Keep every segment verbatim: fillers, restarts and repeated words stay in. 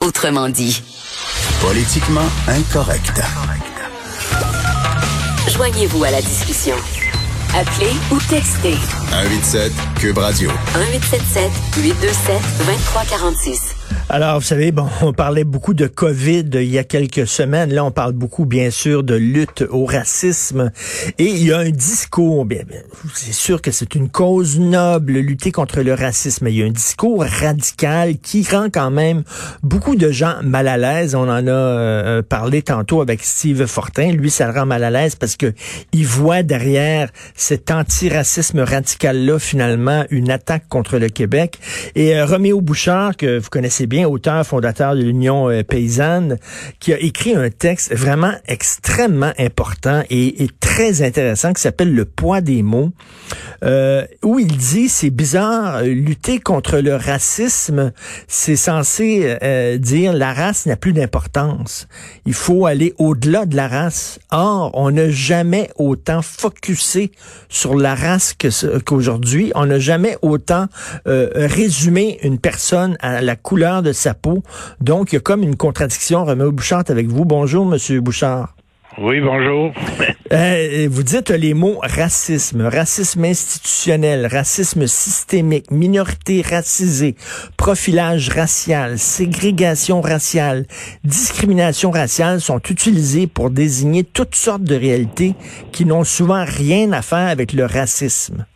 Autrement dit. Politiquement incorrect. Joignez-vous à la discussion. Appelez ou textez. un huit sept Cube Radio. un huit sept sept huit deux sept deux trois quatre six. Alors, vous savez, bon, on parlait beaucoup de COVID il y a quelques semaines. Là, on parle beaucoup, bien sûr, de lutte au racisme. Et il y a un discours, bien, bien c'est sûr que c'est une cause noble, lutter contre le racisme. Mais il y a un discours radical qui rend quand même beaucoup de gens mal à l'aise. On en a euh, parlé tantôt avec Steve Fortin. Lui, ça le rend mal à l'aise parce que il voit derrière cet antiracisme radical-là, finalement, une attaque contre le Québec. Et euh, Roméo Bouchard, que vous connaissez bien, auteur, fondateur de l'Union euh, paysanne, qui a écrit un texte vraiment extrêmement important et, et très intéressant qui s'appelle « Le poids des mots euh, », où il dit, c'est bizarre, lutter contre le racisme, c'est censé euh, dire la race n'a plus d'importance. Il faut aller au-delà de la race. Or, on n'a jamais autant focusé sur la race que, qu'aujourd'hui. On n'a jamais autant euh, résumé une personne à la couleur de sa peau. Donc, il y a comme une contradiction. Roméo Bouchard est avec vous. Bonjour, Monsieur Bouchard. Oui, bonjour. Euh, vous dites les mots racisme, racisme institutionnel, racisme systémique, minorité racisée, profilage racial, ségrégation raciale, discrimination raciale sont utilisés pour désigner toutes sortes de réalités qui n'ont souvent rien à faire avec le racisme.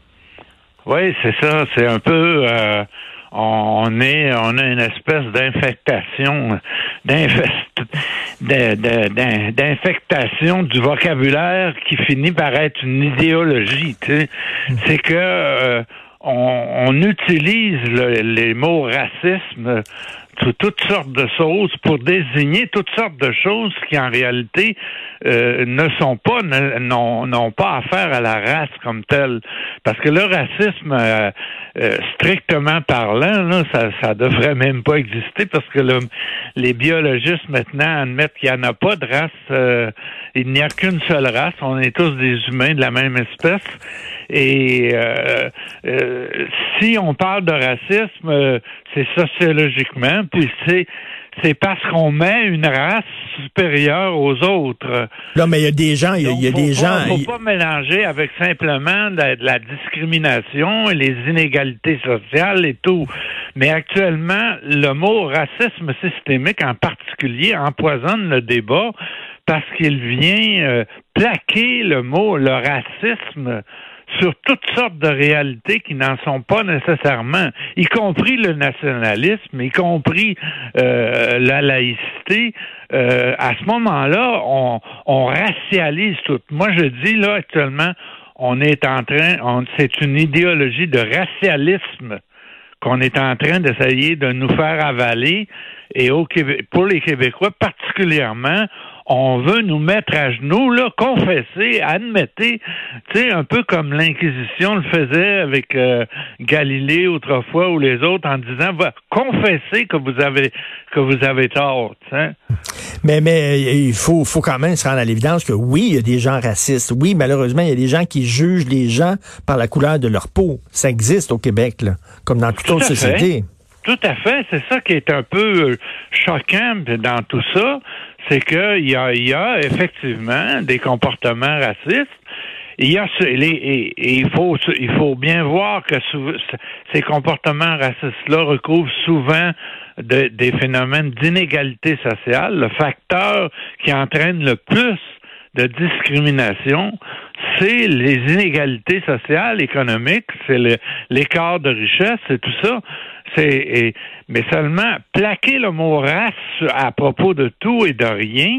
Oui, c'est ça. C'est un peu... Euh... On est, on a une espèce d'infectation, d'infest, de, de, d'in, d'infectation du vocabulaire qui finit par être une idéologie. Tu sais. C'est que euh, on, on utilise le, les mots racisme sous toutes sortes de choses pour désigner toutes sortes de choses qui en réalité euh, ne sont pas ne, n'ont, n'ont pas affaire à la race comme telle, parce que le racisme euh, euh, strictement parlant là, ça ça devrait même pas exister, parce que le, les biologistes maintenant admettent qu'il n'y en a pas de race, euh, il n'y a qu'une seule race, on est tous des humains de la même espèce. Et euh, euh, si on parle de racisme, euh, c'est sociologiquement, puis c'est c'est parce qu'on met une race supérieure aux autres. Non, mais il y a des gens, il y a, y a des pas, gens. Faut il... pas mélanger avec simplement de, de la discrimination et les inégalités sociales et tout. Mais actuellement, le mot racisme systémique en particulier empoisonne le débat parce qu'il vient euh, plaquer le mot, le racisme, sur toutes sortes de réalités qui n'en sont pas nécessairement, y compris le nationalisme, y compris euh, la laïcité. Euh, à ce moment-là, on, on racialise tout. Moi, je dis, là, actuellement, on est en train, on, c'est une idéologie de racialisme qu'on est en train d'essayer de nous faire avaler. Et au Québec, pour les Québécois particulièrement, on veut nous mettre à genoux, là, confesser, admettez, tu sais, un peu comme l'Inquisition le faisait avec euh, Galilée autrefois ou les autres, en disant, va, confessez que vous avez que vous avez tort, tu sais. Mais mais il faut faut quand même se rendre à l'évidence que oui, il y a des gens racistes. Oui, malheureusement, il y a des gens qui jugent les gens par la couleur de leur peau. Ça existe au Québec, là, comme dans toute Tout autre société. Tout à fait, c'est ça qui est un peu choquant dans tout ça, c'est qu'il y a, il y a effectivement des comportements racistes. Il y a les, et, et il faut il faut bien voir que sou, ces comportements racistes-là recouvrent souvent de, des phénomènes d'inégalité sociale. Le facteur qui entraîne le plus de discrimination, c'est les inégalités sociales, économiques, c'est le, l'écart de richesse, c'est tout ça. C'est, et, mais seulement plaquer le mot race à propos de tout et de rien,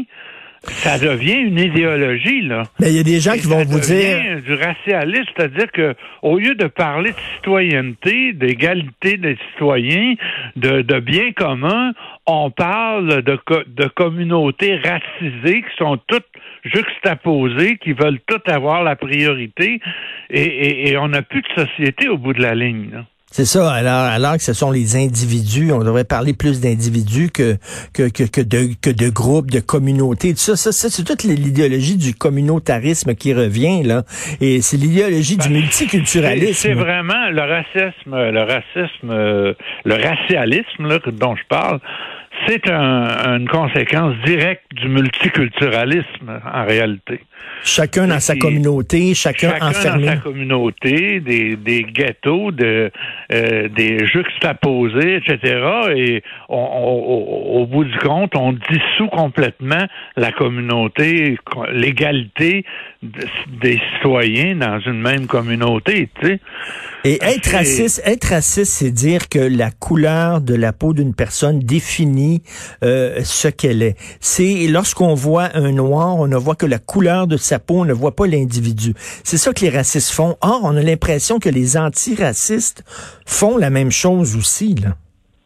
ça devient une idéologie, là. Mais il y a des gens et qui vont vous dire... du racialisme, c'est-à-dire que au lieu de parler de citoyenneté, d'égalité des citoyens, de, de bien commun, on parle de, de communautés racisées qui sont toutes juxtaposées, qui veulent toutes avoir la priorité, et, et, et on n'a plus de société au bout de la ligne, là. C'est ça, alors, alors que ce sont les individus, on devrait parler plus d'individus que, que, que, que, de, que de groupes, de communautés, tout ça, ça, ça c'est toute l'idéologie du communautarisme qui revient, là, et c'est l'idéologie ben, du multiculturalisme. C'est, c'est vraiment le racisme, le racisme, euh, le racialisme, là, dont je parle, c'est un, une conséquence directe du multiculturalisme, en réalité. Chacun dans sa communauté, chacun, chacun enfermé. dans sa communauté, des, des ghettos, de, euh, des juxtaposés, et cetera. Et on, on, au bout du compte, on dissout complètement la communauté, l'égalité des citoyens dans une même communauté, tu sais. Et être c'est... raciste, être raciste, c'est dire que la couleur de la peau d'une personne définit euh, ce qu'elle est. C'est lorsqu'on voit un noir, on ne voit que la couleur de sa peau, on ne voit pas l'individu. C'est ça que les racistes font. Or, on a l'impression que les antiracistes font la même chose aussi, là.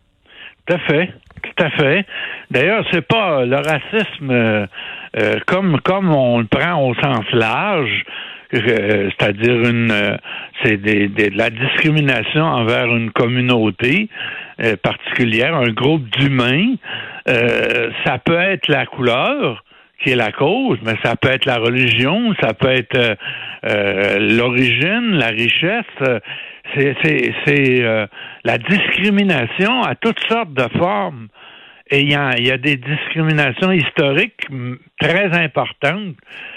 Tout à fait, tout à fait. D'ailleurs, c'est pas le racisme euh, euh, comme comme on le prend au sens large. Euh, c'est-à-dire une euh, c'est des, des, de la discrimination envers une communauté euh, particulière, un groupe d'humains. Euh, ça peut être la couleur qui est la cause, mais ça peut être la religion, ça peut être euh, euh, l'origine, la richesse. C'est, c'est, c'est euh, la discrimination à toutes sortes de formes. Et il y a, il y a des discriminations historiques très importantes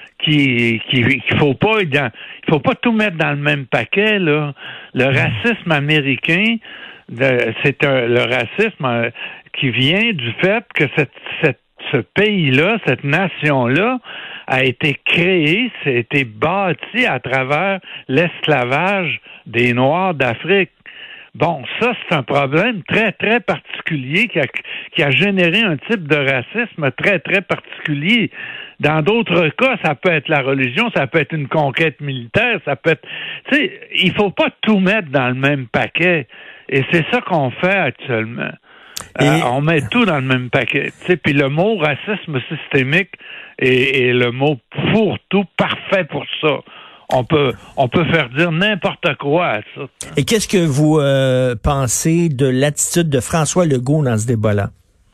qui qui qu'il faut pas il faut pas tout mettre dans le même paquet, là. Le racisme américain, de, c'est un, le racisme euh, qui vient du fait que cette, cette ce pays-là, cette nation-là a été créée, ça a été bâti à travers l'esclavage des Noirs d'Afrique. Bon, ça, c'est un problème très, très particulier qui a, qui a généré un type de racisme très, très particulier. Dans d'autres cas, ça peut être la religion, ça peut être une conquête militaire, ça peut être... Tu sais, il faut pas tout mettre dans le même paquet. Et c'est ça qu'on fait actuellement. Et... Euh, on met tout dans le même paquet. Tu sais, puis le mot racisme systémique est, est le mot fourre-tout parfait pour ça. On peut, on peut faire dire n'importe quoi à ça. Et qu'est-ce que vous euh, pensez de l'attitude de François Legault dans ce débat-là?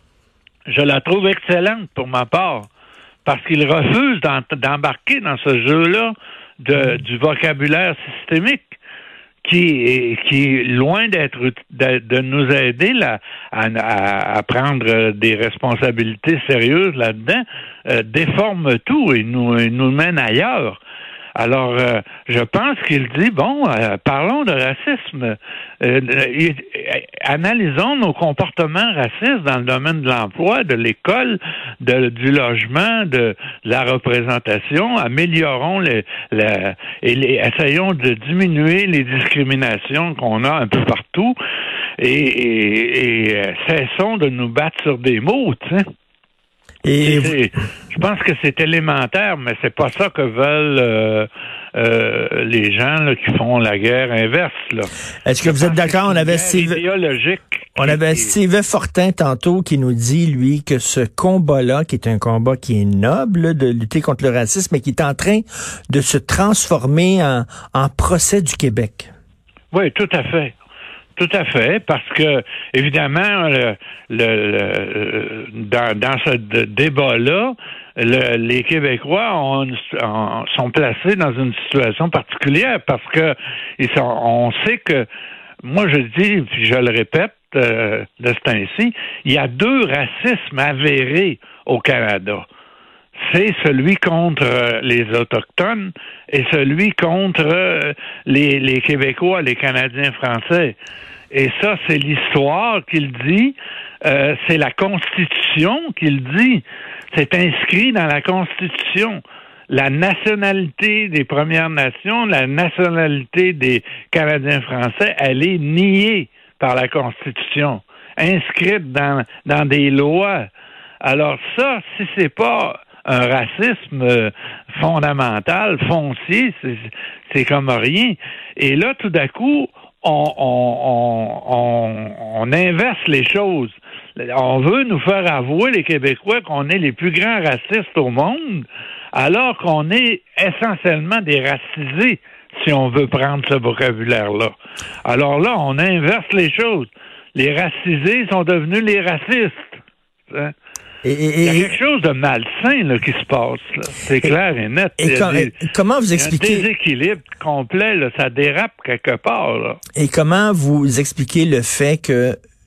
Je la trouve excellente pour ma part, parce qu'il refuse d'en, d'embarquer dans ce jeu-là de, du vocabulaire systémique qui est, qui est loin d'être de, de nous aider là, à, à, à prendre des responsabilités sérieuses là-dedans, euh, déforme tout et nous, et nous mène ailleurs. Alors, euh, je pense qu'il dit, bon, euh, parlons de racisme. Euh, euh, analysons nos comportements racistes dans le domaine de l'emploi, de l'école, de, du logement, de, de la représentation. Améliorons les, les, et les, essayons de diminuer les discriminations qu'on a un peu partout et, et, et cessons de nous battre sur des mots, tu sais. Et c'est, je pense que c'est élémentaire, mais c'est pas ça que veulent euh, euh, les gens là, qui font la guerre inverse. Là. Est-ce que vous êtes d'accord? On avait Steve, on avait Steve Fortin tantôt qui nous dit, lui, que ce combat-là, qui est un combat qui est noble, de lutter contre le racisme, mais qui est en train de se transformer en, en procès du Québec. Oui, tout à fait. Tout à fait, parce que évidemment, le, le, le, dans, dans ce débat-là, le, les Québécois ont, ont, sont placés dans une situation particulière parce que ils sont, on sait que, moi je dis, puis je le répète euh, de ce temps-ci, il y a deux racismes avérés au Canada. C'est celui contre euh, les Autochtones et celui contre euh, les, les Québécois, les Canadiens français. Et ça, c'est l'histoire qu'il dit, euh, c'est la Constitution qu'il dit. C'est inscrit dans la Constitution. La nationalité des Premières Nations, la nationalité des Canadiens français, elle est niée par la Constitution, inscrite dans, dans des lois. Alors ça, si c'est pas un racisme euh, fondamental, foncier, c'est, c'est comme rien. Et là, tout d'un coup, on, on, on, on inverse les choses. On veut nous faire avouer, les Québécois, qu'on est les plus grands racistes au monde, alors qu'on est essentiellement des racisés, si on veut prendre ce vocabulaire-là. Alors là, on inverse les choses. Les racisés sont devenus les racistes. Hein? Et, et, il y a quelque chose de malsain là, qui se passe. Là. C'est et, clair et net. Et com- des, comment vous expliquez... un déséquilibre complet, là, ça dérape quelque part. Là. Et comment vous expliquez le fait que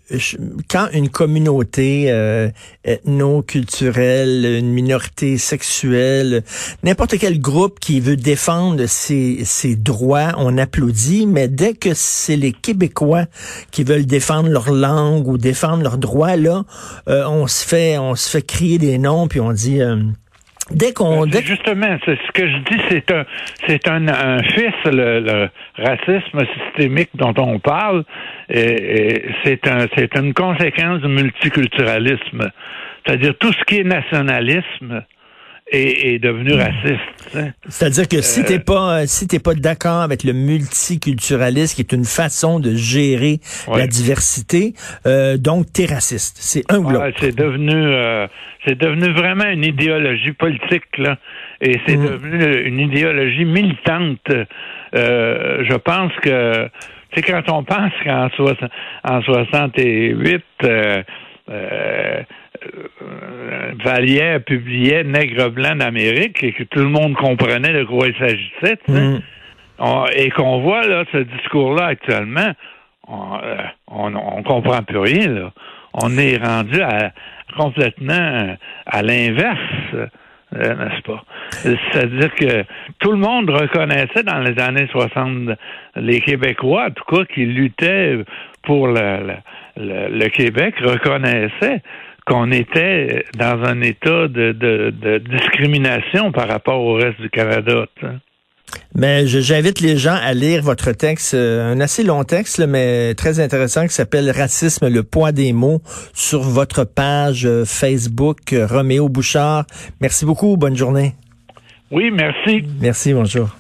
je, quand une communauté euh, ethno-culturelle, une minorité sexuelle, n'importe quel groupe qui veut défendre ses, ses droits, on applaudit, mais dès que c'est les Québécois qui veulent défendre leur langue ou défendre leurs droits, là, euh, on se fait on se fait crier des noms, puis on dit... Euh, Dès qu'on, dès... Justement, c'est ce que je dis, c'est un, c'est un, un fils, le, le racisme systémique dont on parle, et, et c'est un, c'est une conséquence du multiculturalisme. C'est-à-dire tout ce qui est nationalisme est, est devenu raciste. Hein. C'est-à-dire que si euh, t'es pas, si t'es pas d'accord avec le multiculturalisme, qui est une façon de gérer ouais. la diversité, euh, donc t'es raciste. C'est un ou l'autre. Ouais, c'est devenu, euh, c'est devenu vraiment une idéologie politique, là, et c'est mmh. devenu une idéologie militante. Euh, je pense que, c'est quand on pense qu'en soixante, en soixante-huit, euh, euh, Vallière publiait Nègre blanc d'Amérique et que tout le monde comprenait de quoi il s'agissait, tu sais. Mmh. On, et qu'on voit là ce discours-là actuellement, on, euh, on, on comprend plus rien, là. On est rendu à complètement à l'inverse, euh, n'est-ce pas? C'est-à-dire que tout le monde reconnaissait dans les années soixante, les Québécois, en tout cas, qui luttaient pour le, le, le, le Québec, reconnaissaient qu'on était dans un état de, de, de discrimination par rapport au reste du Canada. T'sais. Mais je, j'invite les gens à lire votre texte, euh, un assez long texte, là, mais très intéressant, qui s'appelle « Racisme, le poids des mots » sur votre page euh, Facebook, euh, Roméo Bouchard. Merci beaucoup, bonne journée. Oui, merci. Merci, bonjour.